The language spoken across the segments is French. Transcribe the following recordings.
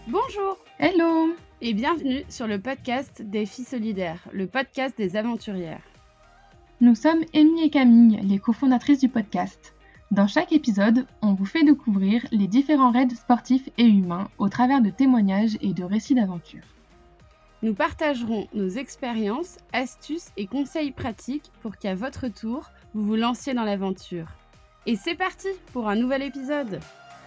Bonjour Hello! et bienvenue sur le podcast des filles solidaires, le podcast des aventurières. Nous sommes Amy et Camille, les cofondatrices du podcast. Dans chaque épisode, on vous fait découvrir les différents raids sportifs et humains au travers de témoignages et de récits d'aventure. Nous partagerons nos expériences, astuces et conseils pratiques pour qu'à votre tour, vous vous lanciez dans l'aventure. Et c'est parti pour un nouvel épisode!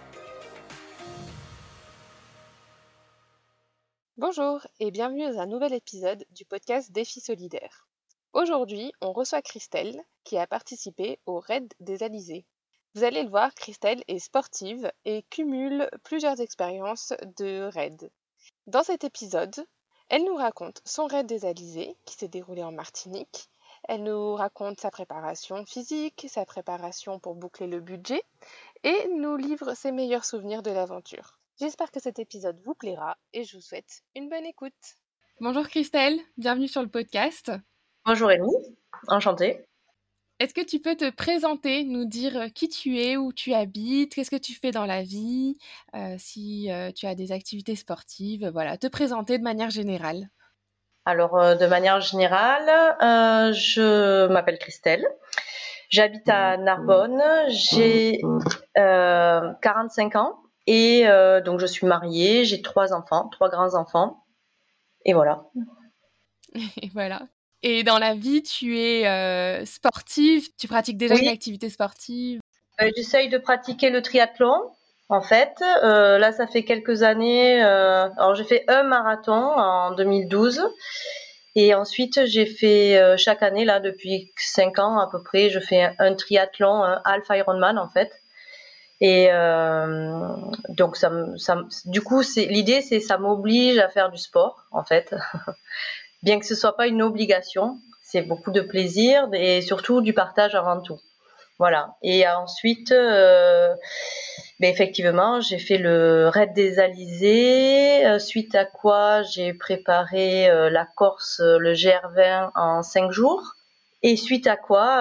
Bonjour et bienvenue dans un nouvel épisode du podcast Défis solidaires. Aujourd'hui, on reçoit Christelle qui a participé au Raid des Alizés. Vous allez le voir, Christelle est sportive et cumule plusieurs expériences de raid. Dans cet épisode, elle nous raconte son Raid des Alizés qui s'est déroulé en Martinique. Elle nous raconte sa préparation physique, sa préparation pour boucler le budget et nous livre ses meilleurs souvenirs de l'aventure. J'espère que cet épisode vous plaira et je vous souhaite une bonne écoute. Bonjour Christelle, bienvenue sur le podcast. Bonjour Amy, enchantée. Est-ce que tu peux te présenter, nous dire qui tu es, où tu habites, qu'est-ce que tu fais dans la vie, si tu as des activités sportives, voilà, te présenter de manière générale. Alors, de manière générale, je m'appelle Christelle. J'habite à Narbonne. J'ai 45 ans et donc je suis mariée. J'ai 3 enfants, 3 grands-enfants. Et voilà. Et voilà. Et dans la vie, tu es sportive, tu pratiques déjà une activité sportive? J'essaye de pratiquer le triathlon. En fait, là, ça fait quelques années. Alors, j'ai fait un marathon en 2012. Et ensuite, j'ai fait chaque année, là, depuis 5 ans à peu près, je fais un triathlon, un half Ironman en fait. Et donc, du coup, l'idée, c'est ça m'oblige à faire du sport en fait, bien que ce soit pas une obligation. C'est beaucoup de plaisir et surtout du partage avant tout. Voilà. Et ensuite, effectivement, j'ai fait le Raid des Alizés, suite à quoi j'ai préparé la Corse, le GR20 en 5 jours. Et suite à quoi,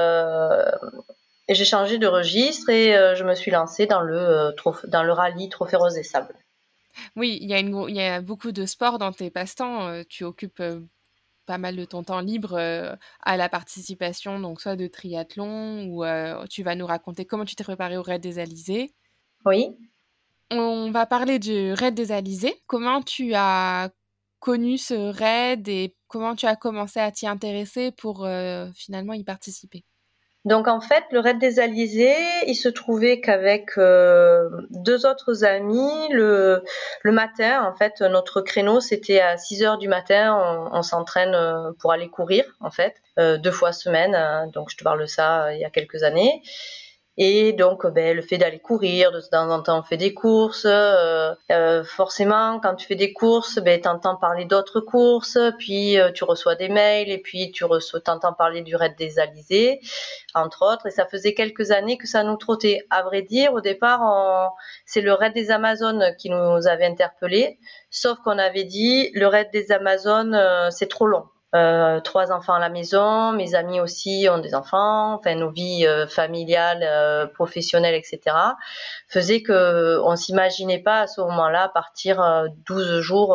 j'ai changé de registre et je me suis lancée dans le rallye Trophée Rose des Sables. Oui, il y a beaucoup de sports dans tes passe-temps. Tu occupes pas mal de ton temps libre à la participation, donc soit de triathlon ou tu vas nous raconter comment tu t'es préparée au Raid des Alizés. Oui. On va parler du Raid des Alizés. Comment tu as connu ce raid et comment tu as commencé à t'y intéresser pour finalement y participer? Donc en fait, le Raid des Alizés, il se trouvait qu'avec 2 autres amis, le matin, en fait, notre créneau, c'était à 6 heures du matin, on s'entraîne pour aller courir, en fait, 2 fois semaine. Donc je te parle de ça il y a quelques années. Et donc, le fait d'aller courir, de temps en temps, on fait des courses. Forcément, quand tu fais des courses, t'entends parler d'autres courses, puis tu reçois des mails, et puis t'entends parler du Raid des Alizés, entre autres. Et ça faisait quelques années que ça nous trottait. À vrai dire, au départ, c'est le Raid des Amazones qui nous avait interpellés, sauf qu'on avait dit le Raid des Amazones, c'est trop long. 3 enfants à la maison, mes amis aussi ont des enfants, enfin nos vies familiales, professionnelles, etc. faisaient que on s'imaginait pas à ce moment-là partir 12 jours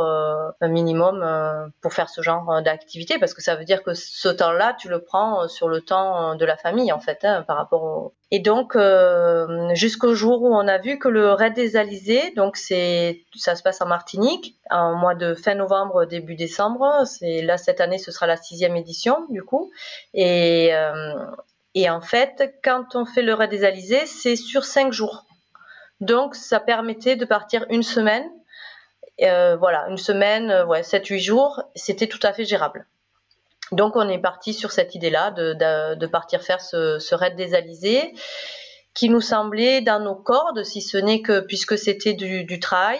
minimum pour faire ce genre d'activité, parce que ça veut dire que ce temps-là, tu le prends sur le temps de la famille en fait, par rapport au... Et donc jusqu'au jour où on a vu que le Raid des Alizés, donc ça se passe en Martinique, en mois de fin novembre, début décembre. C'est là cette année, ce sera la 6e édition du coup. Et en fait, quand on fait le Raid des Alizés, c'est sur 5 jours. Donc ça permettait de partir une semaine. Voilà, une semaine, 7-8 jours, c'était tout à fait gérable. Donc on est parti sur cette idée-là de partir faire ce Raid des Alizés, qui nous semblait dans nos cordes, si ce n'est que, puisque c'était du trail,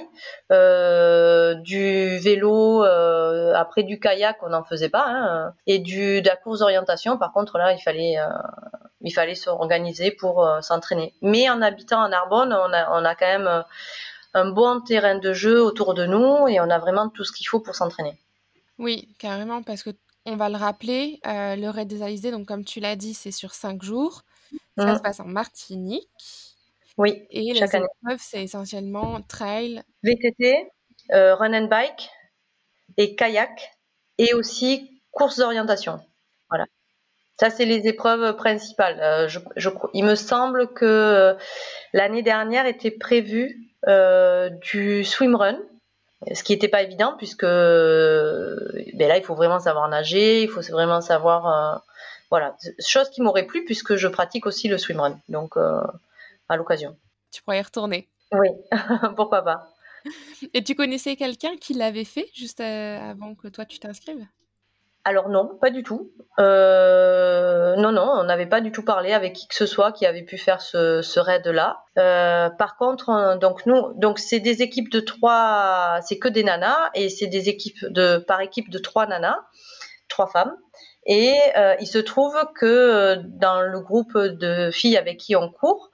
du vélo, après du kayak on n'en faisait pas, hein, et de la course d'orientation. Par contre là il fallait s'organiser pour s'entraîner. Mais en habitant en Narbonne, on a quand même un bon terrain de jeu autour de nous et on a vraiment tout ce qu'il faut pour s'entraîner. Oui, carrément, parce que on va le rappeler, le Raid des Alizés, donc comme tu l'as dit, c'est sur 5 jours. Ça se passe en Martinique Oui, et chaque les année. épreuves, c'est essentiellement trail, VTT, run and bike et kayak, et aussi course d'orientation. Voilà. Ça, c'est les épreuves principales. Il me semble que l'année dernière était prévu du swimrun, ce qui n'était pas évident puisque là, il faut vraiment savoir nager, il faut vraiment savoir... voilà, chose qui m'aurait plu puisque je pratique aussi le swimrun, donc à l'occasion. Tu pourrais y retourner. Oui, pourquoi pas. Et tu connaissais quelqu'un qui l'avait fait juste avant que toi tu t'inscrives? Alors non, pas du tout. Non, on n'avait pas du tout parlé avec qui que ce soit qui avait pu faire ce raid-là. Par contre, donc c'est des équipes de 3, c'est que des nanas, et c'est des équipes par équipe de 3 nanas, 3 femmes. Et il se trouve que dans le groupe de filles avec qui on court,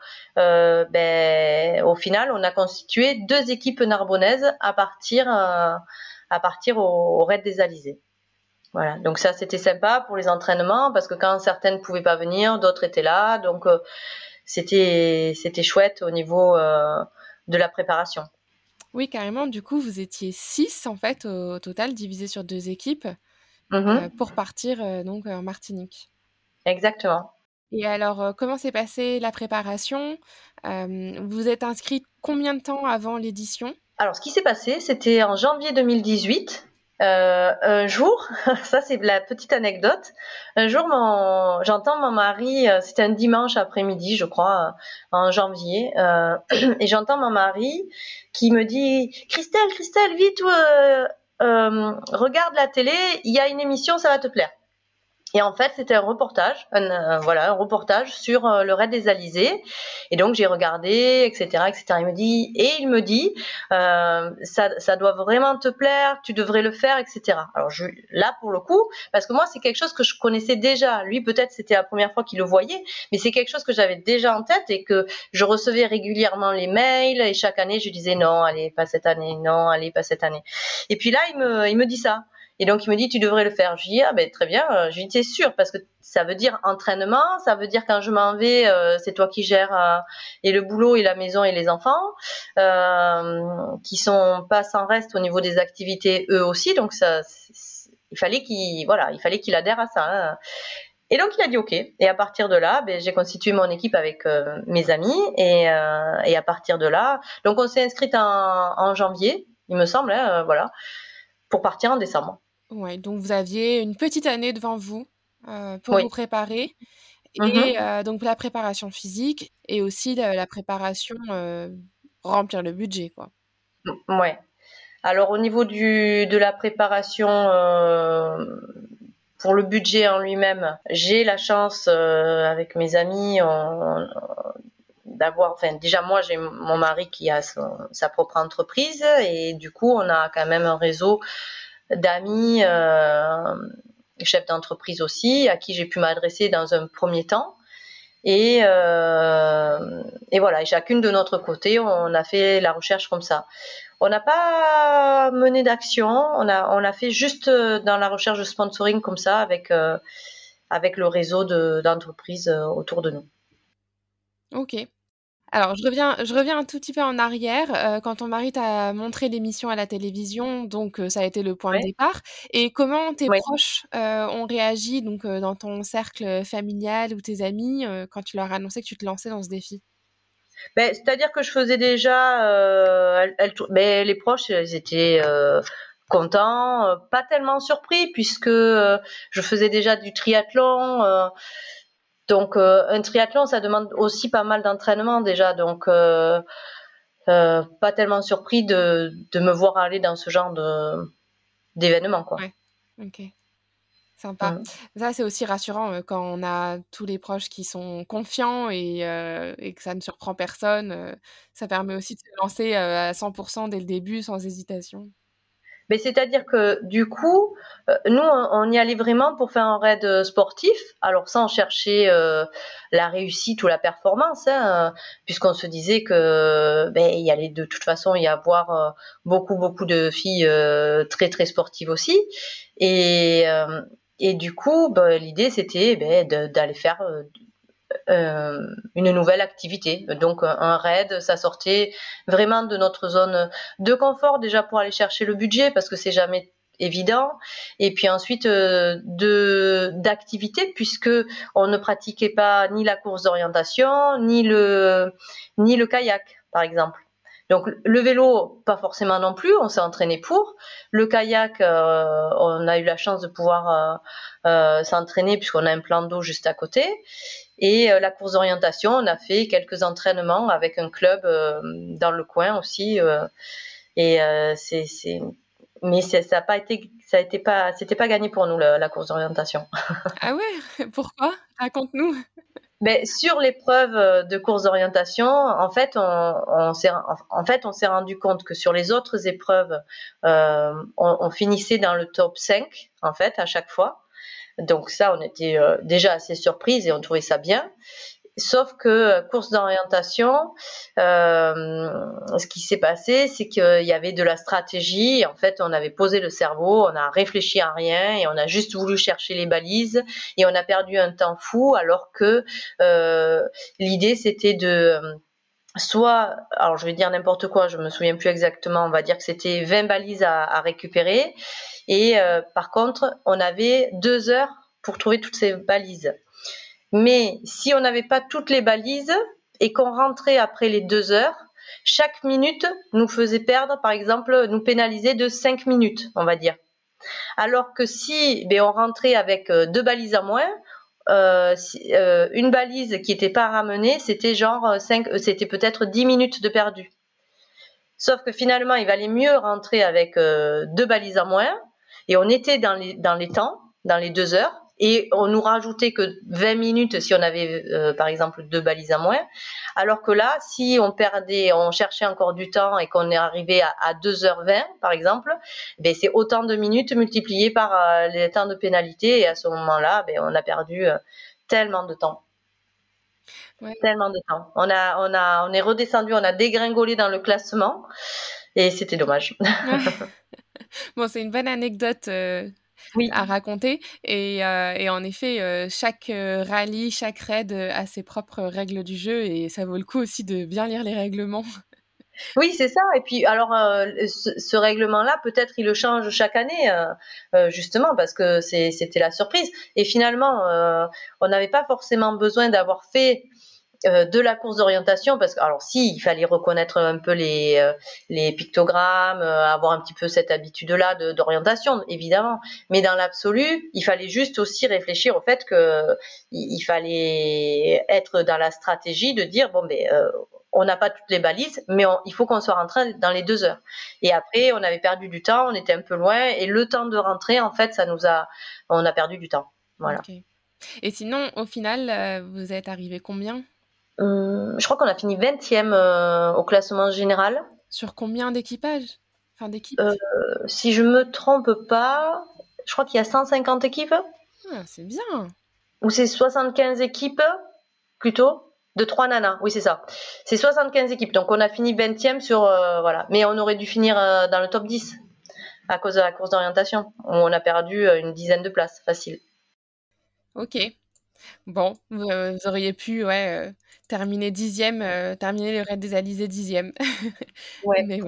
au final, on a constitué 2 équipes narbonnaises à partir au raid des Alizés. Voilà, donc ça c'était sympa pour les entraînements parce que quand certaines pouvaient pas venir, d'autres étaient là, donc c'était chouette au niveau de la préparation. Oui, carrément. Du coup, vous étiez 6 en fait au total, divisés sur 2 équipes pour partir donc en Martinique. Exactement. Et alors, comment s'est passée la préparation? Vous êtes inscrite combien de temps avant l'édition? Alors, ce qui s'est passé, c'était en janvier 2018. Un jour, ça c'est la petite anecdote, un jour j'entends mon mari, c'était un dimanche après-midi je crois, en janvier, et j'entends mon mari qui me dit « Christelle, vite, regarde la télé, il y a une émission, ça va te plaire ». Et en fait, c'était un reportage, un reportage sur le raid des Alizés. Et donc, j'ai regardé, etc., etc. Il me dit, ça doit vraiment te plaire, tu devrais le faire, etc. Alors, là, pour le coup, parce que moi, c'est quelque chose que je connaissais déjà. Lui, peut-être, c'était la première fois qu'il le voyait, mais c'est quelque chose que j'avais déjà en tête et que je recevais régulièrement les mails. Et chaque année, je disais non, allez, pas cette année, non, allez, pas cette année. Et puis là, il me dit ça. Et donc, il me dit, tu devrais le faire. Je dis, très bien. Je lui dis, t'es sûr? Parce que ça veut dire entraînement. Ça veut dire quand je m'en vais, c'est toi qui gères et le boulot et la maison et les enfants, qui sont pas sans reste au niveau des activités eux aussi. Donc, il fallait qu'il adhère à ça. Hein. Et donc, il a dit OK. Et à partir de là, j'ai constitué mon équipe avec mes amis. Et à partir de là, donc on s'est inscrite en janvier, il me semble, hein, voilà, pour partir en décembre. Ouais, donc vous aviez une petite année devant vous pour Oui. vous préparer. Et donc la préparation physique et aussi la préparation remplir le budget, quoi. Ouais. Alors au niveau de la préparation pour le budget en lui-même, j'ai la chance avec mes amis d'avoir, enfin déjà moi j'ai mon mari qui a sa propre entreprise et du coup on a quand même un réseau d'amis chefs d'entreprise aussi à qui j'ai pu m'adresser dans un premier temps. Et voilà, et chacune de notre côté, on a fait la recherche comme ça. On n'a pas mené d'action, on a fait juste dans la recherche de sponsoring comme ça avec le réseau d'entreprises autour de nous. OK. Alors je reviens un tout petit peu en arrière, quand ton mari t'a montré l'émission à la télévision, donc ça a été le point de Ouais. départ et comment tes Oui. proches, ont réagi donc dans ton cercle familial ou tes amis, quand tu leur as annoncé que tu te lançais dans ce défi? C'est-à-dire que je faisais déjà, les proches, ils étaient contents, pas tellement surpris puisque je faisais déjà du triathlon. Donc un triathlon, ça demande aussi pas mal d'entraînement déjà. Donc pas tellement surpris de me voir aller dans ce genre d'événement, quoi. Ouais, OK, sympa. Mmh. Ça, c'est aussi rassurant, quand on a tous les proches qui sont confiants et que ça ne surprend personne, ça permet aussi de se lancer, à 100 dès le début sans hésitation. Mais c'est-à-dire que du coup, nous on y allait vraiment pour faire un raid sportif, alors sans chercher la réussite ou la performance, hein, puisqu'on se disait que il y allait de toute façon y avoir beaucoup de filles très très sportives aussi, et du coup l'idée c'était d'aller faire une nouvelle activité. Donc un raid, ça sortait vraiment de notre zone de confort, déjà pour aller chercher le budget, parce que c'est jamais évident, et puis ensuite d'activité, puisque on ne pratiquait pas ni la course d'orientation ni le kayak, par exemple. Donc le vélo, pas forcément non plus, on s'est entraîné pour. Le kayak, on a eu la chance de pouvoir s'entraîner puisqu'on a un plan d'eau juste à côté. Et la course d'orientation, on a fait quelques entraînements avec un club dans le coin aussi. Mais ça a pas été, c'était pas gagné pour nous la course d'orientation. Ah ouais? Pourquoi? Raconte-nous. Mais sur l'épreuve de course d'orientation, en fait, on s'est rendu compte que sur les autres épreuves, on finissait dans le top 5, en fait, à chaque fois. Donc ça, on était déjà assez surprise et on trouvait ça bien. Sauf que course d'orientation, ce qui s'est passé, c'est qu'il y avait de la stratégie. En fait, on avait posé le cerveau, on a réfléchi à rien et on a juste voulu chercher les balises et on a perdu un temps fou, alors que l'idée, c'était de soit, alors je vais dire n'importe quoi, je me souviens plus exactement, on va dire que c'était 20 balises à récupérer, et par contre, on avait 2 heures pour trouver toutes ces balises. Mais si on n'avait pas toutes les balises et qu'on rentrait après les 2 heures, chaque minute nous faisait perdre, par exemple, nous pénalisait de 5 minutes, on va dire. Alors que si on rentrait avec 2 balises en moins, une balise qui n'était pas ramenée, c'était c'était peut-être 10 minutes de perdu. Sauf que finalement, il valait mieux rentrer avec 2 balises en moins, et on était dans les temps, dans les 2 heures, et on nous rajoutait que 20 minutes si on avait par exemple 2 balises en moins, alors que là, si on cherchait encore du temps et qu'on est arrivé à 2h20 par exemple, c'est autant de minutes multipliées par les temps de pénalité, et à ce moment-là, on a perdu tellement de temps. Ouais. Tellement de temps. On est redescendu, on a dégringolé dans le classement, et c'était dommage. Ouais. Bon, c'est une bonne anecdote, Oui. à raconter, et en effet, chaque, rallye, chaque raid, a ses propres règles du jeu, et ça vaut le coup aussi de bien lire les règlements. Oui, c'est ça. Et puis alors, ce règlement-là, peut-être il le change chaque année, justement parce que c'était la surprise. Et finalement, on n'avait pas forcément besoin d'avoir fait de la course d'orientation, parce que, alors si, il fallait reconnaître un peu les pictogrammes, avoir un petit peu cette habitude-là d'orientation, évidemment. Mais dans l'absolu, il fallait juste aussi réfléchir au fait que il fallait être dans la stratégie de dire on n'a pas toutes les balises, mais il faut qu'on soit rentré dans les 2 heures. Et après, on avait perdu du temps, on était un peu loin, et le temps de rentrer, en fait, on a perdu du temps. Voilà. OK. Et sinon, au final, vous êtes arrivé combien? Je crois qu'on a fini 20e au classement général. Sur combien d'équipages? Enfin, d'équipes? Si je me trompe pas, je crois qu'il y a 150 équipes, Ah, c'est bien! ou c'est 75 équipes plutôt, de 3 nanas. Oui, c'est ça. C'est 75 équipes. Donc on a fini 20e sur voilà, mais on aurait dû finir dans le top 10 à cause de la course d'orientation. On a perdu une dizaine de places, facile. OK. Bon, vous auriez pu, ouais, terminer 10e, terminer le raid des Alizés 10e. Ouais. Mais bon.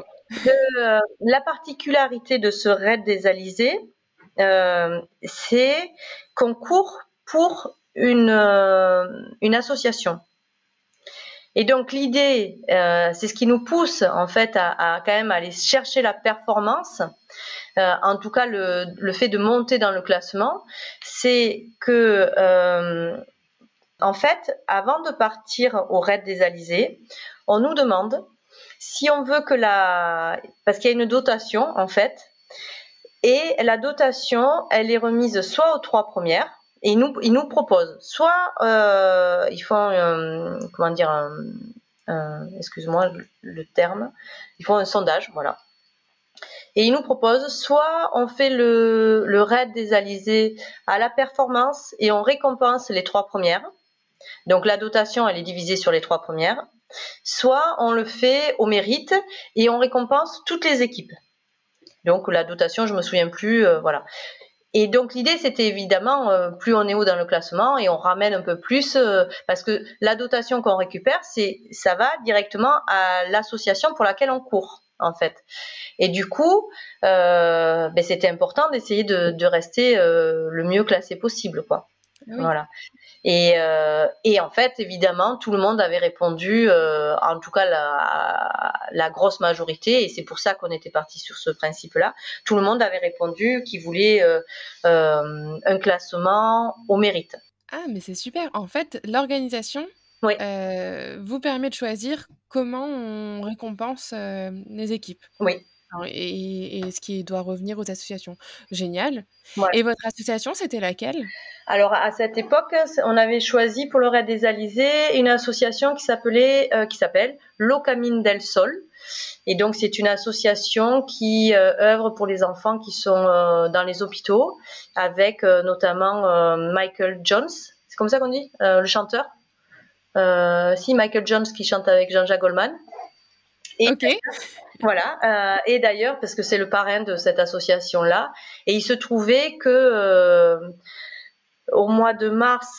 La particularité de ce raid des Alizés, c'est qu'on court pour une association. Et donc l'idée, c'est ce qui nous pousse en fait à quand même aller chercher la performance. En tout cas, le fait de monter dans le classement, c'est que en fait, avant de partir au raid des Alizés, on nous demande si on veut parce qu'il y a une dotation en fait, et la dotation, elle est remise soit aux 3 premières, et ils nous proposent soit ils font comment dire excuse-moi le terme, ils font un sondage, voilà. Et ils nous proposent soit on fait le raid des Alizés à la performance et on récompense les 3 premières. Donc la dotation, elle est divisée sur les 3 premières. Soit on le fait au mérite et on récompense toutes les équipes. Donc la dotation, je me souviens plus, voilà. Et donc l'idée, c'était évidemment, plus on est haut dans le classement et on ramène un peu plus, parce que la dotation qu'on récupère, ça va directement à l'association pour laquelle on court, en fait. Et du coup, c'était important d'essayer de rester le mieux classé possible, quoi. Ah oui. Voilà. Et en fait, évidemment, tout le monde avait répondu, en tout cas la grosse majorité, et c'est pour ça qu'on était parti sur ce principe-là. Tout le monde avait répondu qu'il voulait un classement au mérite. Ah, mais c'est super. En fait, l'organisation, Oui, vous permet de choisir comment on récompense, les équipes. oui. Alors et ce qui doit revenir aux associations. Génial. Voilà. Et votre association, c'était laquelle? Alors à cette époque, on avait choisi pour le Raid des Alizés une association qui s'appelle Lo Camin del Sol. Et donc c'est une association qui œuvre pour les enfants qui sont dans les hôpitaux, avec notamment Michael Jones. C'est comme ça qu'on dit, le chanteur. Si Michael Jones qui chante avec Jean-Jacques Goldman. Et OK. voilà. Et d'ailleurs, parce que c'est le parrain de cette association-là, et il se trouvait que au mois de mars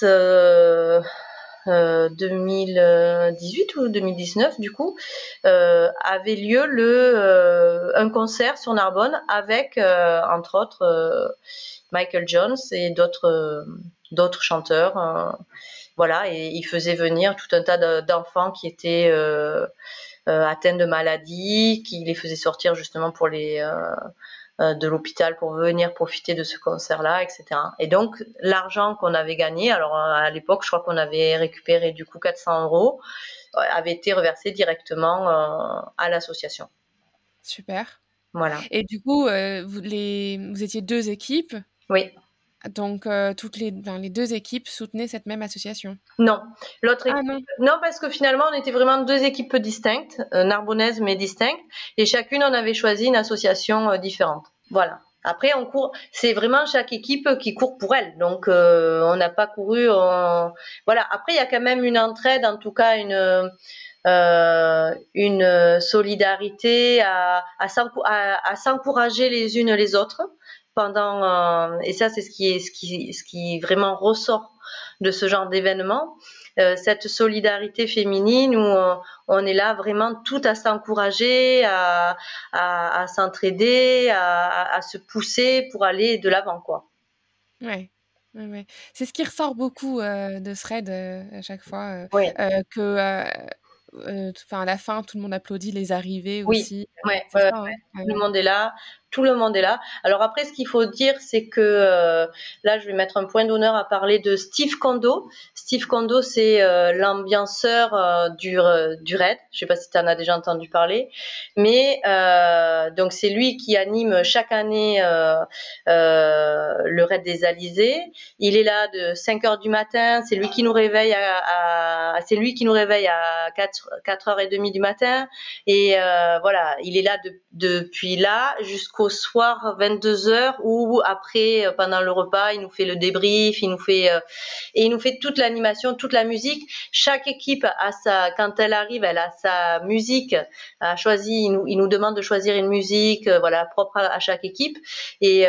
2018 ou 2019 du coup, avait lieu un concert sur Narbonne avec entre autres Michael Jones et d'autres chanteurs. Voilà, et il faisait venir tout un tas d'enfants qui étaient atteints de maladies, qui les faisait sortir justement pour de l'hôpital pour venir profiter de ce concert-là, etc. Et donc, l'argent qu'on avait gagné, alors à l'époque, je crois qu'on avait récupéré du coup 400 €, avait été reversé directement à l'association. Super. Voilà. Et du coup, vous étiez 2 équipes, Oui. donc les 2 équipes soutenaient cette même association? Non. L'autre Ah équipe, non? non, parce que finalement, on était vraiment deux équipes distinctes, narbonnaises mais distinctes, et chacune, on avait choisi une association différente. Voilà. Après, on court, c'est vraiment chaque équipe qui court pour elle. Donc, on n'a pas couru. Voilà. Après, il y a quand même une entraide, en tout cas une solidarité à s'encourager les unes les autres et ça, c'est ce qui vraiment ressort de ce genre d'événement. Cette solidarité féminine où on est là vraiment tout à s'encourager, à s'entraider, à se pousser pour aller de l'avant, quoi. Ouais. Ouais, ouais. C'est ce qui ressort beaucoup, de ce raid, à chaque fois, Oui. que, enfin, à la fin, tout le monde applaudit les arrivées Oui, aussi, ouais, c'est ouais, ouais, ça, hein? Ouais, tout le ouais. monde est là, tout le monde est là. Alors après, ce qu'il faut dire, c'est que là, je vais mettre un point d'honneur à parler de Steve Kondo. Steve Kondo, c'est l'ambianceur du raid. Je sais pas si tu en as déjà entendu parler, mais donc c'est lui qui anime chaque année le raid des Alizés. Il est là de 5 heures du matin. C'est lui qui nous réveille c'est lui qui nous réveille à 4h30 du matin. Et voilà, il est là depuis là jusqu'au soir 22h, ou après pendant le repas, il nous fait le débrief, et il nous fait toute l'animation, toute la musique. Chaque équipe quand elle arrive, elle a sa musique a choisi. Il nous demande de choisir une musique, voilà, propre à chaque équipe. Et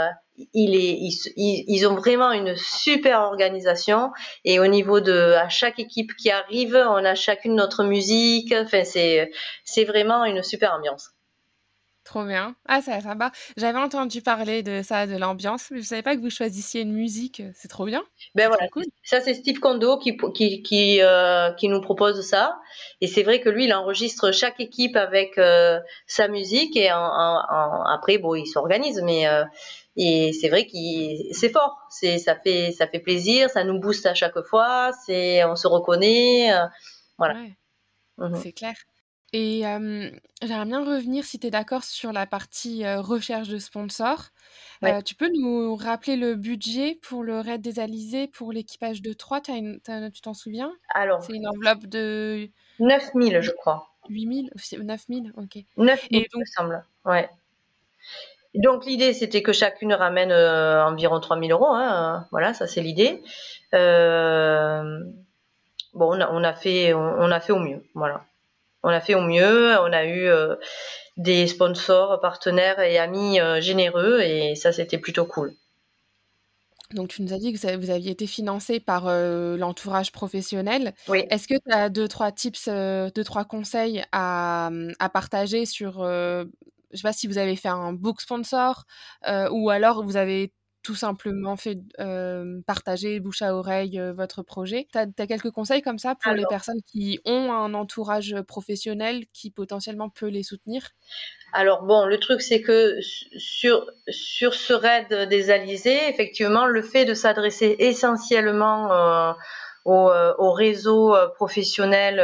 ils ont vraiment une super organisation, et au niveau à chaque équipe qui arrive, on a chacune notre musique. Enfin, c'est vraiment une super ambiance. Trop bien. Ah, ça a l'air sympa. J'avais entendu parler de ça, de l'ambiance, mais je savais pas que vous choisissiez une musique, c'est trop bien. Ben C'est voilà, trop cool. ça c'est Steve Kondo qui nous propose ça. Et c'est vrai que lui, il enregistre chaque équipe avec sa musique, et après, bon, il s'organise, mais et c'est vrai qu'il c'est fort. Ça fait plaisir, ça nous booste à chaque fois. On se reconnaît, voilà. Ouais, Mhm. c'est clair. Et j'aimerais bien revenir, si tu es d'accord, sur la partie, recherche de sponsors. Ouais. Tu peux nous rappeler le budget pour le raid des Alizés, pour l'équipage de 3? Tu t'en souviens? Alors, C'est une enveloppe de 9 000, je huit crois. 8 000? C'est 9 000? OK. 9 000, Et il me donc semble. Ouais. Donc l'idée, c'était que chacune ramène environ 3 000 €. Hein, voilà, ça c'est l'idée. Euh, bon, on a fait au mieux. Voilà. On a fait au mieux. On a eu des sponsors, partenaires et amis généreux, et ça, c'était plutôt cool. Donc tu nous as dit que vous aviez été financé par, l'entourage professionnel. Oui. Est-ce que tu as 2-3 tips, 2-3 conseils à partager sur, je sais pas si vous avez fait un book sponsor, ou alors vous avez tout simplement fait, partager bouche à oreille, votre projet? Tu as quelques conseils comme ça pour les Alors personnes qui ont un entourage, professionnel qui potentiellement peut les soutenir? alors bon, le truc c'est que sur ce raid des Alizés, effectivement, le fait de s'adresser essentiellement, au réseau, professionnel,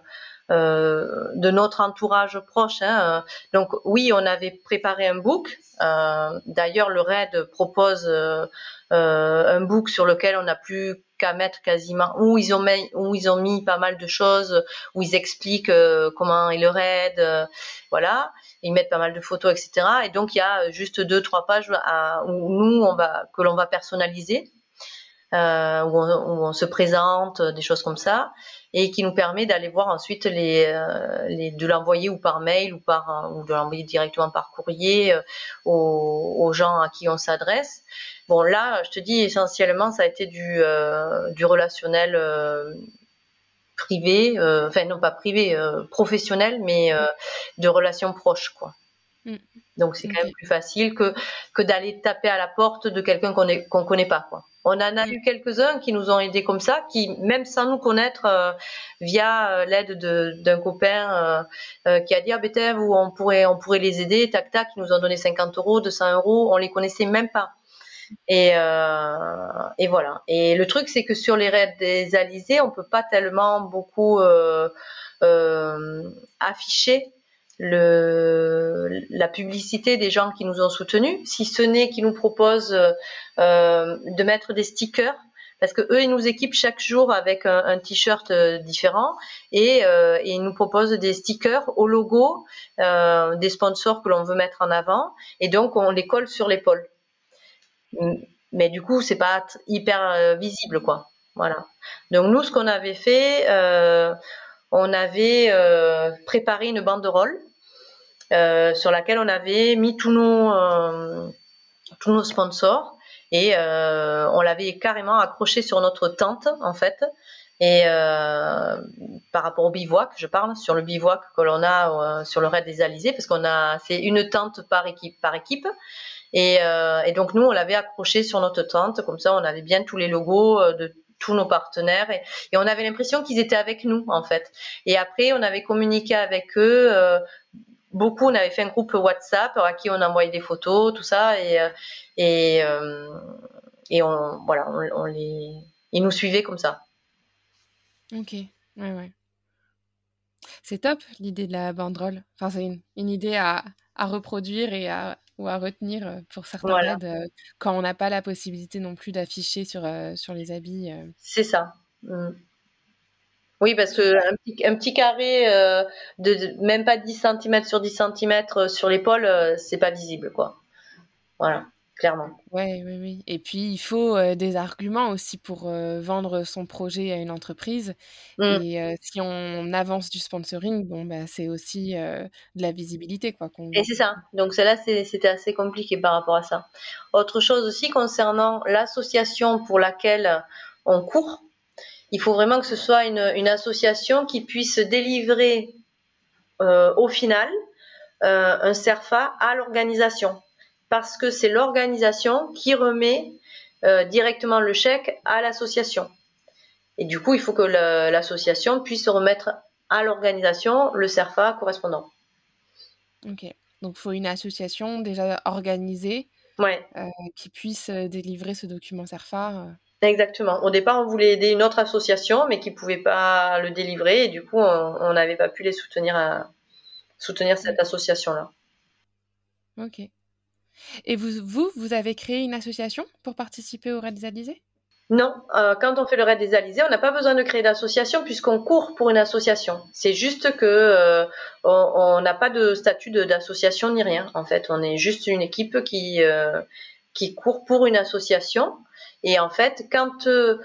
de notre entourage proche, hein, donc oui, on avait préparé un book. D'ailleurs, le RAID propose un book sur lequel on n'a plus qu'à mettre quasiment, où ils ont mis pas mal de choses, où ils expliquent comment est le RAID, voilà. Ils mettent pas mal de photos, etc. Et donc il y a juste 2-3 pages où nous que l'on va personnaliser, où on se présente, des choses comme ça, et qui nous permet d'aller voir ensuite de l'envoyer ou par mail ou de l'envoyer directement par courrier aux gens à qui on s'adresse. Bon là, je te dis essentiellement ça a été du relationnel privé, enfin non pas privé, professionnel, mais Mmh. de relations proches quoi. Mmh. Donc c'est quand même OK. plus facile que d'aller taper à la porte de quelqu'un qu'on connaît pas quoi. On en a Mmh. eu quelques-uns qui nous ont aidés comme ça, qui même sans nous connaître, via l'aide d'un copain qui a dit ah ben tiens, on pourrait les aider, tac tac, ils nous ont donné 50 €, 200 €, on les connaissait même pas. Et voilà. Et le truc c'est que sur les raids des Alizés, on peut pas tellement beaucoup afficher la publicité des gens qui nous ont soutenus, si ce n'est qu'ils nous proposent de mettre des stickers, parce que eux ils nous équipent chaque jour avec un t-shirt différent, et ils nous proposent des stickers au logo des sponsors que l'on veut mettre en avant, et donc on les colle sur l'épaule. Mais du coup c'est pas hyper visible quoi. Voilà. Donc nous ce qu'on avait fait, on avait préparé une banderole sur laquelle on avait mis tous nos sponsors, et on l'avait carrément accroché sur notre tente en fait. Et par rapport au bivouac, je parle sur le bivouac que l'on a sur le raid des Alizés, parce qu'on a fait une tente par équipe. Et donc nous on l'avait accroché sur notre tente, comme ça on avait bien tous les logos de tous nos partenaires, et on avait l'impression qu'ils étaient avec nous en fait. Et après on avait communiqué avec eux, beaucoup, on avait fait un groupe WhatsApp à qui on envoyait des photos, tout ça, et, euh, et voilà, ils nous suivaient comme ça. OK. Ouais, ouais. C'est top l'idée de la banderole. Enfin, c'est une idée à reproduire ou à retenir, pour certains Voilà, raids, quand on n'a pas la possibilité non plus d'afficher sur les habits, c'est ça. Mm. Oui, parce que super. un petit carré même pas 10 centimètres sur 10 centimètres sur l'épaule, c'est pas visible, quoi. Voilà, clairement. Ouais, oui, oui, et puis il faut, des arguments aussi pour, vendre son projet à une entreprise, Mm. et si on avance du sponsoring, bon, bah, c'est aussi, de la visibilité quoi qu'on Et veut. c'est ça. Donc celle-là, c'était assez compliqué par rapport à ça. Autre chose aussi concernant l'association pour laquelle on court, il faut vraiment que ce soit une association qui puisse délivrer au final un CERFA à l'organisation. Parce que c'est l'organisation qui remet directement le chèque à l'association. Et du coup, il faut que l'association puisse remettre à l'organisation le CERFA correspondant. OK. Donc il faut une association déjà organisée, Ouais, qui puisse, délivrer ce document CERFA, exactement. Au départ, on voulait aider une autre association, mais qui ne pouvait pas le délivrer, et du coup, on n'avait pas pu les soutenir cette OK. association-là. OK. Et vous avez créé une association pour participer aux Raids Alizés? Non, quand on fait le raid des Alizés, on n'a pas besoin de créer d'association puisqu'on court pour une association. C'est juste que on n'a pas de statut d'association ni rien. En fait, on est juste une équipe qui court pour une association. Et en fait, quand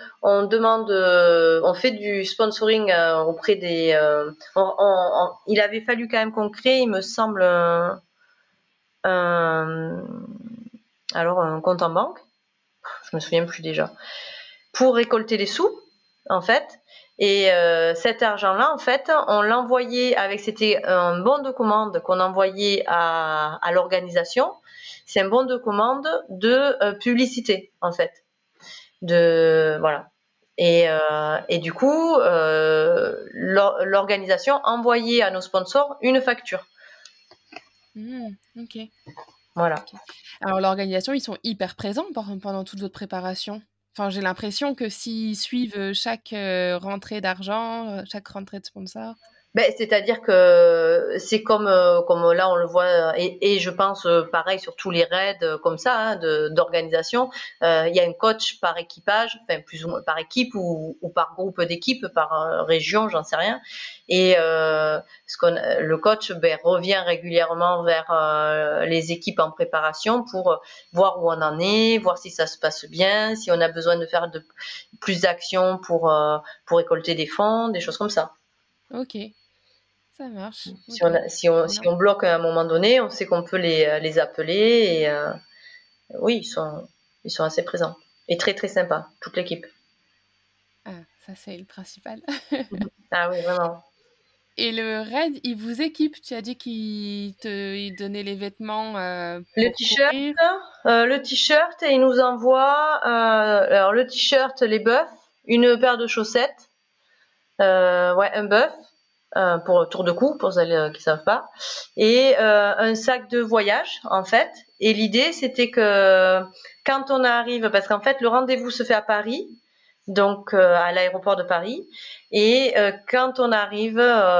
on fait du sponsoring auprès il avait fallu quand même qu'on crée, il me semble, un compte en banque. je me souviens plus déjà, pour récolter les sous, en fait. Et cet argent-là, en fait, on l'envoyait c'était un bon de commande qu'on envoyait à l'organisation. C'est un bon de commande de publicité, en fait. Voilà. Et du coup, l'organisation envoyait à nos sponsors une facture. OK. Voilà. OK. Alors l'organisation, ils sont hyper présents pendant toute votre préparation? Enfin, j'ai l'impression que s'ils suivent, chaque, rentrée d'argent, chaque rentrée de sponsor. C'est-à-dire que c'est comme là on le voit et je pense pareil sur tous les raids comme ça hein, d'organisation. Il y a un coach par équipage, enfin plus ou moins par équipe ou par groupe d'équipes, par région, j'en sais rien. Et le coach revient régulièrement vers les équipes en préparation pour voir où on en est, voir si ça se passe bien, si on a besoin de faire plus d'actions pour récolter des fonds, des choses comme ça. OK. Ça marche. Si OK. si on bloque à un moment donné, on sait qu'on peut les appeler et oui, ils sont assez présents et très très sympas, toute l'équipe. Ah, ça c'est le principal. Ah oui, vraiment. Et le raid, il vous équipe? Tu as dit il donnait les vêtements, Le pour t-shirt, courir? le t-shirt et il nous envoie alors le t-shirt, les buffs, une paire de chaussettes, un buff pour tour de cou pour celles qui savent pas et un sac de voyage en fait. Et l'idée c'était que quand on arrive, parce qu'en fait le rendez-vous se fait à Paris, donc à l'aéroport de Paris, et quand on arrive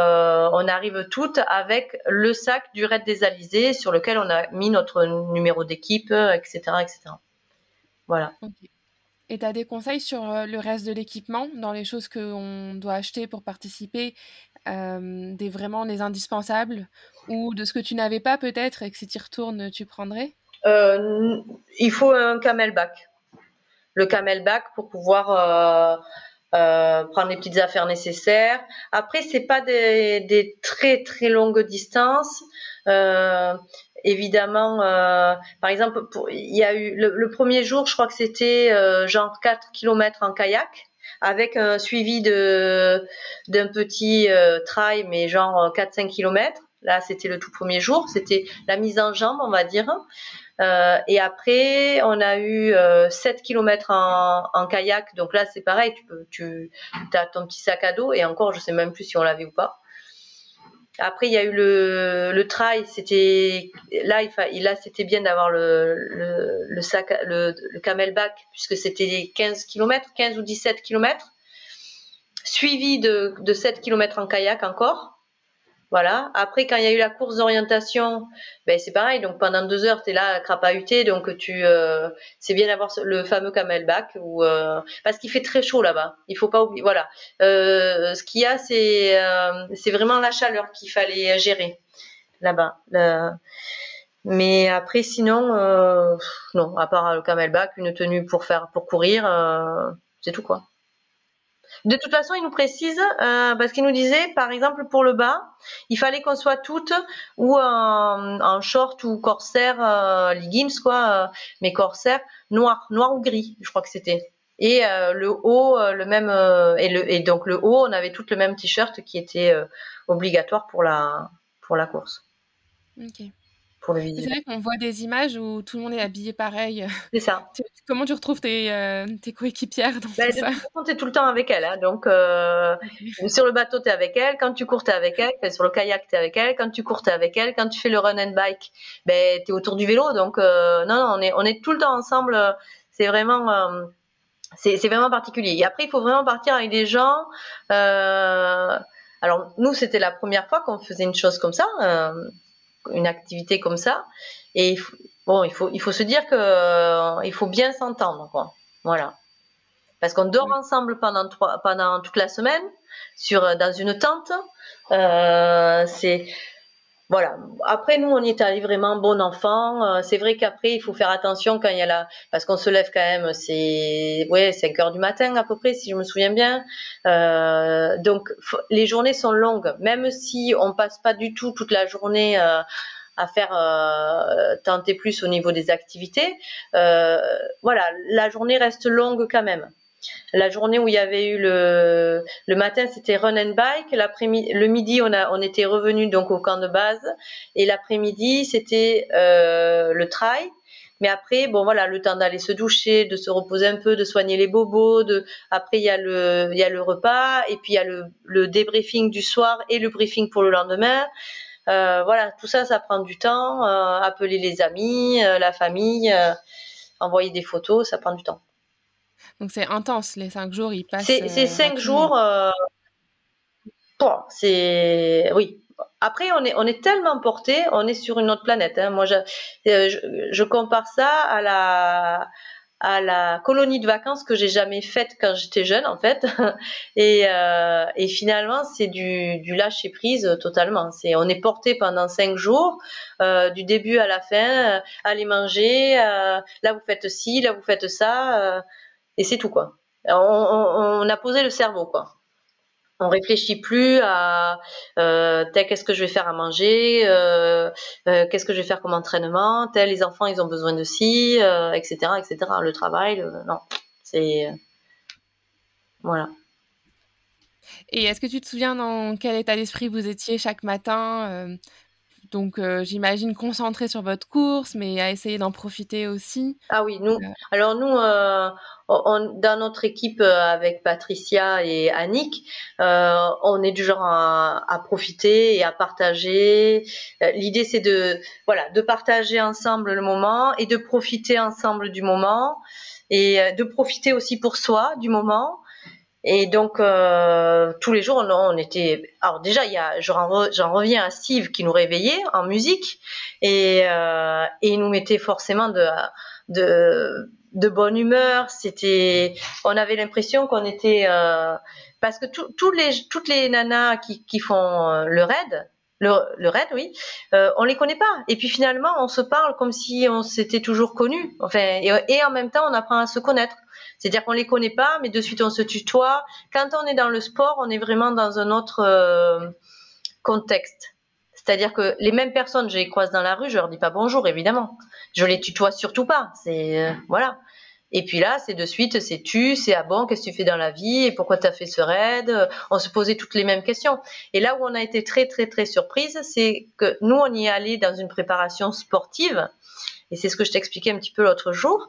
toutes avec le sac du raid des Alizés sur lequel on a mis notre numéro d'équipe, etc., etc. Voilà. OK. Et tu as des conseils sur, le reste de l'équipement, dans les choses qu'on doit acheter pour participer, vraiment des indispensables ou de ce que tu n'avais pas peut-être et que si tu y retournes, tu prendrais? Il faut un camelback. Le camelback pour pouvoir prendre les petites affaires nécessaires. Après, c'est pas des très très longues distances. Évidemment, par exemple, il y a eu le premier jour, je crois que c'était genre 4 kilomètres en kayak avec un suivi d'un petit trail, mais genre 4-5 kilomètres. Là, c'était le tout premier jour. C'était la mise en jambe, on va dire. Et après, on a eu 7 kilomètres en kayak. Donc là, c'est pareil, tu as ton petit sac à dos. Et encore, je sais même plus si on l'avait ou pas. Après, il y a eu le trail. Là, c'était bien d'avoir le sac, le camelback, puisque c'était 15 kilomètres, 15 ou 17 kilomètres, suivi de 7 kilomètres en kayak encore. Voilà. Après, quand il y a eu la course d'orientation, c'est pareil. Donc pendant 2 heures, tu es là crapahuté. Donc c'est bien d'avoir le fameux camelback parce qu'il fait très chaud là-bas. Il faut pas oublier. Voilà. Ce qu'il y a, c'est vraiment la chaleur qu'il fallait gérer là-bas. Mais après, sinon, non. À part le camelback, une tenue pour courir, c'est tout quoi. De toute façon, il nous précise, parce qu'il nous disait, par exemple, pour le bas, il fallait qu'on soit toutes ou en short ou corsaire, leggings, quoi, mais corsaire, noir ou gris, je crois que c'était. Et le haut, le même, et donc le haut, on avait toutes le même t-shirt qui était obligatoire pour la course, OK. pour le C'est visuel. vrai qu'on voit des images où tout le monde est habillé pareil. C'est ça. Comment tu retrouves tes coéquipières dans tout De ça? toute façon, tu es tout le temps avec elle. Hein, donc, OK. sur le bateau, tu es avec elle. Quand tu cours, tu es avec elle. Enfin, sur le kayak, tu es avec elle. Quand tu cours, tu es avec elle. Quand tu fais le run and bike, tu es autour du vélo. Donc, non, on est tout le temps ensemble. C'est vraiment, c'est vraiment particulier. Et après, il faut vraiment partir avec des gens. Alors, nous, c'était la première fois qu'on faisait une chose comme ça, une activité comme ça. Et il faut se dire que il faut bien s'entendre, quoi. Voilà. Parce qu'on dort Oui. ensemble pendant toute la semaine dans une tente. Voilà. Après, nous, on y est allé vraiment bon enfant. C'est vrai qu'après, il faut faire attention quand il y a parce qu'on se lève quand même, c'est 5 heures du matin à peu près, si je me souviens bien. Donc, les journées sont longues. Même si on passe pas du tout toute la journée à faire tenter plus au niveau des activités. Voilà, la journée reste longue quand même. La journée où il y avait eu le matin, c'était run and bike. Le midi, on était revenu donc au camp de base. Et l'après-midi, c'était le trail. Mais après, bon voilà, le temps d'aller se doucher, de se reposer un peu, de soigner les bobos. Après, il y a le repas. Et puis, il y a le débriefing du soir et le briefing pour le lendemain. Voilà, tout ça, ça prend du temps. Appeler les amis, la famille, envoyer des photos, ça prend du temps. Donc c'est intense, les 5 jours, ils passent C'est 5 rapidement. jours. Bon, oui. Après, on est tellement porté, on est sur une autre planète. Hein. Moi, je compare ça à la colonie de vacances que j'ai jamais faite quand j'étais jeune, en fait. Et finalement, c'est du lâcher prise totalement. On est porté pendant 5 jours, du début à la fin. Allez manger, là vous faites ci, là vous faites ça, et c'est tout quoi. On a posé le cerveau quoi. On réfléchit plus à qu'est-ce que je vais faire à manger, qu'est-ce que je vais faire comme entraînement, les enfants ils ont besoin de ci, etc., etc. Le travail, non, c'est voilà. Et est-ce que tu te souviens dans quel état d'esprit vous étiez chaque matin? Donc j'imagine concentré sur votre course, mais à essayer d'en profiter aussi? Ah oui, Heu, alors nous, dans notre équipe avec Patricia et Annick, on est du genre à profiter et à partager. L'idée, c'est de partager ensemble le moment et de profiter ensemble du moment et de profiter aussi pour soi du moment. Et donc tous les jours, on était. Alors déjà, j'en reviens à Steve qui nous réveillait en musique et il nous mettait forcément de bonne humeur. On avait l'impression qu'on était parce que toutes les nanas qui font le raid. Le raid, oui, on les connaît pas. Et puis finalement, on se parle comme si on s'était toujours connus. Enfin, et en même temps, on apprend à se connaître. C'est-à-dire qu'on les connaît pas, mais de suite on se tutoie. Quand on est dans le sport, on est vraiment dans un autre contexte. C'est-à-dire que les mêmes personnes, je les croise dans la rue, je leur dis pas bonjour, évidemment. Je les tutoie surtout pas. Voilà. Et puis là, c'est de suite, c'est ah bon, qu'est-ce que tu fais dans la vie et pourquoi tu as fait ce raid. On se posait toutes les mêmes questions. Et là où on a été très très très surprise, c'est que nous on y est allé dans une préparation sportive. Et c'est ce que je t'expliquais un petit peu l'autre jour.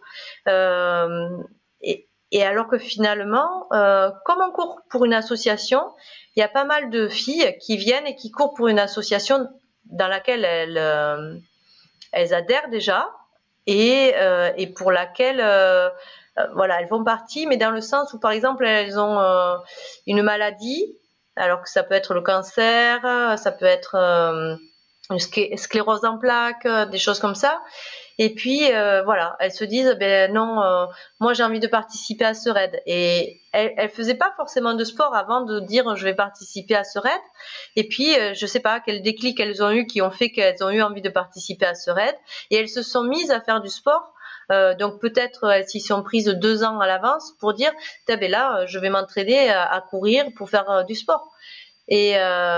Et alors que finalement, comme on court pour une association, il y a pas mal de filles qui viennent et qui courent pour une association dans laquelle elles adhèrent déjà et pour laquelle voilà, elles font partie, mais dans le sens où par exemple elles ont une maladie, alors que ça peut être le cancer, ça peut être une sclérose en plaques, des choses comme ça. Et puis voilà, elles se disent ben non, moi j'ai envie de participer à ce raid. Et elles faisaient pas forcément de sport avant de dire je vais participer à ce raid. Et puis je sais pas quel déclic elles ont eu qui ont fait qu'elles ont eu envie de participer à ce raid. Et elles se sont mises à faire du sport. Donc peut-être elles s'y sont prises 2 ans à l'avance pour dire ben là je vais m'entraîner à courir pour faire du sport. Et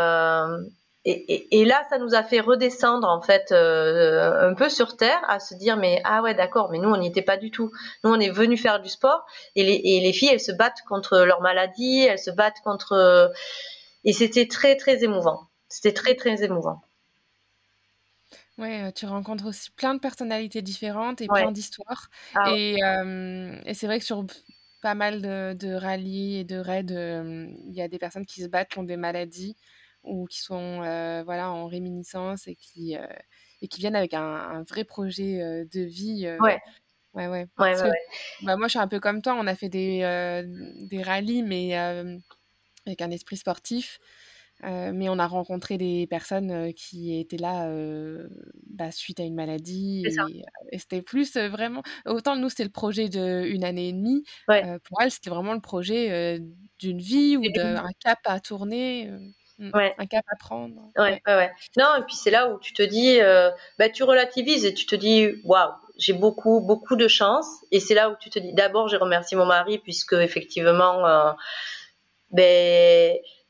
et là, ça nous a fait redescendre en fait un peu sur terre, à se dire mais ah ouais d'accord, mais nous on n'y était pas du tout. Nous on est venus faire du sport et les filles elles se battent contre leur maladie, elles se battent contre et c'était très très émouvant. C'était très très émouvant. Ouais, tu rencontres aussi plein de personnalités différentes et Ouais. plein d'histoires Ah et c'est vrai que sur pas mal de rallyes et de raids, il y a des personnes qui se battent, qui ont des maladies ou qui sont, voilà, en réminiscence et qui viennent avec un vrai projet, de vie, ouais ouais, ouais. ouais Parce ouais que, ouais. bah, moi, je suis un peu comme toi, on a fait des rallyes mais avec un esprit sportif. Mais on a rencontré des personnes, qui étaient là, bah, suite à une C'est ça. maladie et c'était plus, vraiment autant nous, c'était le projet d'1 année et demie, Ouais. pour elles, c'était vraiment le projet, d'une vie ou C'est lui. d'un cap à tourner, Ouais. un cap à prendre. Ouais, Ouais. ouais, ouais. Non, et puis c'est là où tu te dis, bah, tu relativises et tu te dis, waouh, j'ai beaucoup, beaucoup de chance. Et c'est là où tu te dis, d'abord, j'ai remercié mon mari puisque effectivement, ben,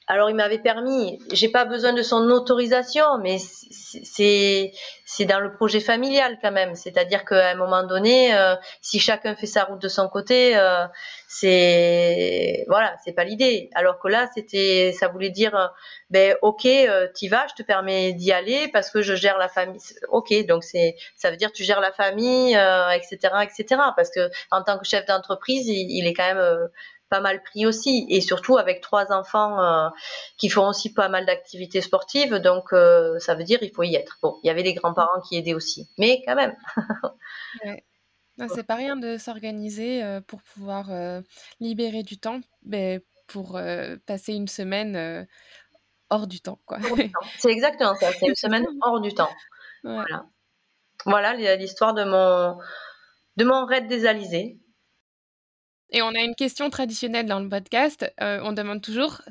Alors il m'avait permis, j'ai pas besoin de son autorisation, mais c'est dans le projet familial quand même. C'est-à-dire qu'à un moment donné, si chacun fait sa route de son côté, c'est pas l'idée. Alors que là, ça voulait dire, ok, t'y vas, je te permets d'y aller parce que je gère la famille. Ok, donc ça veut dire tu gères la famille, etc., etc. Parce que en tant que chef d'entreprise, il est quand même pas mal pris aussi, et surtout avec 3 enfants qui font aussi pas mal d'activités sportives, donc ça veut dire il faut y être. Bon, il y avait les grands-parents qui aidaient aussi, mais quand même. Ouais. Non, c'est pas rien de s'organiser, pour pouvoir, libérer du temps, pour, passer une semaine, hors du temps, quoi. Hors du temps. C'est exactement ça, c'est une C'est semaine ça. hors du temps. Ouais. Voilà. Voilà l'histoire de mon raid des Alizés. Et on a une question traditionnelle dans le podcast, on demande toujours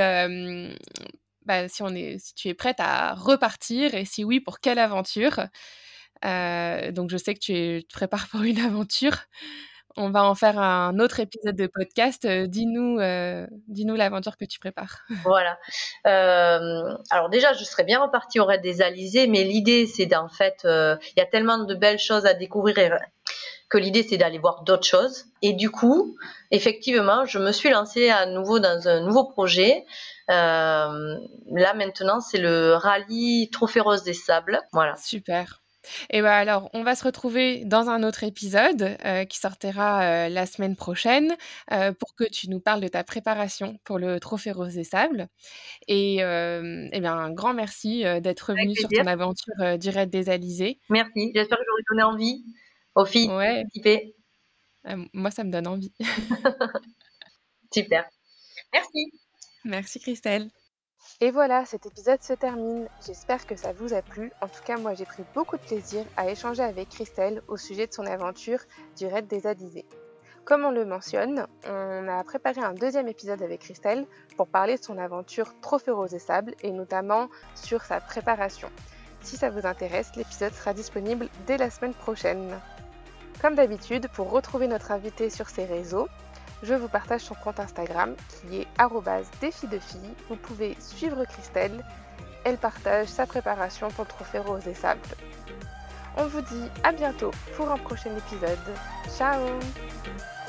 si tu es prête à repartir et si oui, pour quelle aventure? Donc je sais que tu te prépares pour une aventure. On va en faire un autre épisode de podcast, dis-nous l'aventure que tu prépares. Voilà. Alors déjà, je serais bien repartie au raid des Alizés, mais l'idée, c'est d'en fait, il y a tellement de belles choses à découvrir que l'idée, c'est d'aller voir d'autres choses. Et du coup, effectivement, je me suis lancée à nouveau dans un nouveau projet. Là, maintenant, c'est le rallye Trophée Rose des Sables. Voilà. Super. Et bah, alors, on va se retrouver dans un autre épisode, qui sortira, la semaine prochaine, pour que tu nous parles de ta préparation pour le Trophée Rose des Sables et bien, un grand merci, d'être Avec venue sur plaisir. ton aventure, du raid des Alizés. Merci. J'espère que j'aurai donné envie aux filles de Ouais, participer. moi, ça me donne envie. Super. Merci. Merci Christelle. Et voilà, cet épisode se termine. J'espère que ça vous a plu. En tout cas, moi j'ai pris beaucoup de plaisir à échanger avec Christelle au sujet de son aventure du raid des Alizés. Comme on le mentionne, on a préparé un deuxième épisode avec Christelle pour parler de son aventure Trophée Rose et Sable et notamment sur sa préparation. Si ça vous intéresse, l'épisode sera disponible dès la semaine prochaine. Comme d'habitude, pour retrouver notre invité sur ses réseaux, je vous partage son compte Instagram qui est @défidefille. Vous pouvez suivre Christelle, elle partage sa préparation pour le Trophée Rose et Sable. On vous dit à bientôt pour un prochain épisode. Ciao!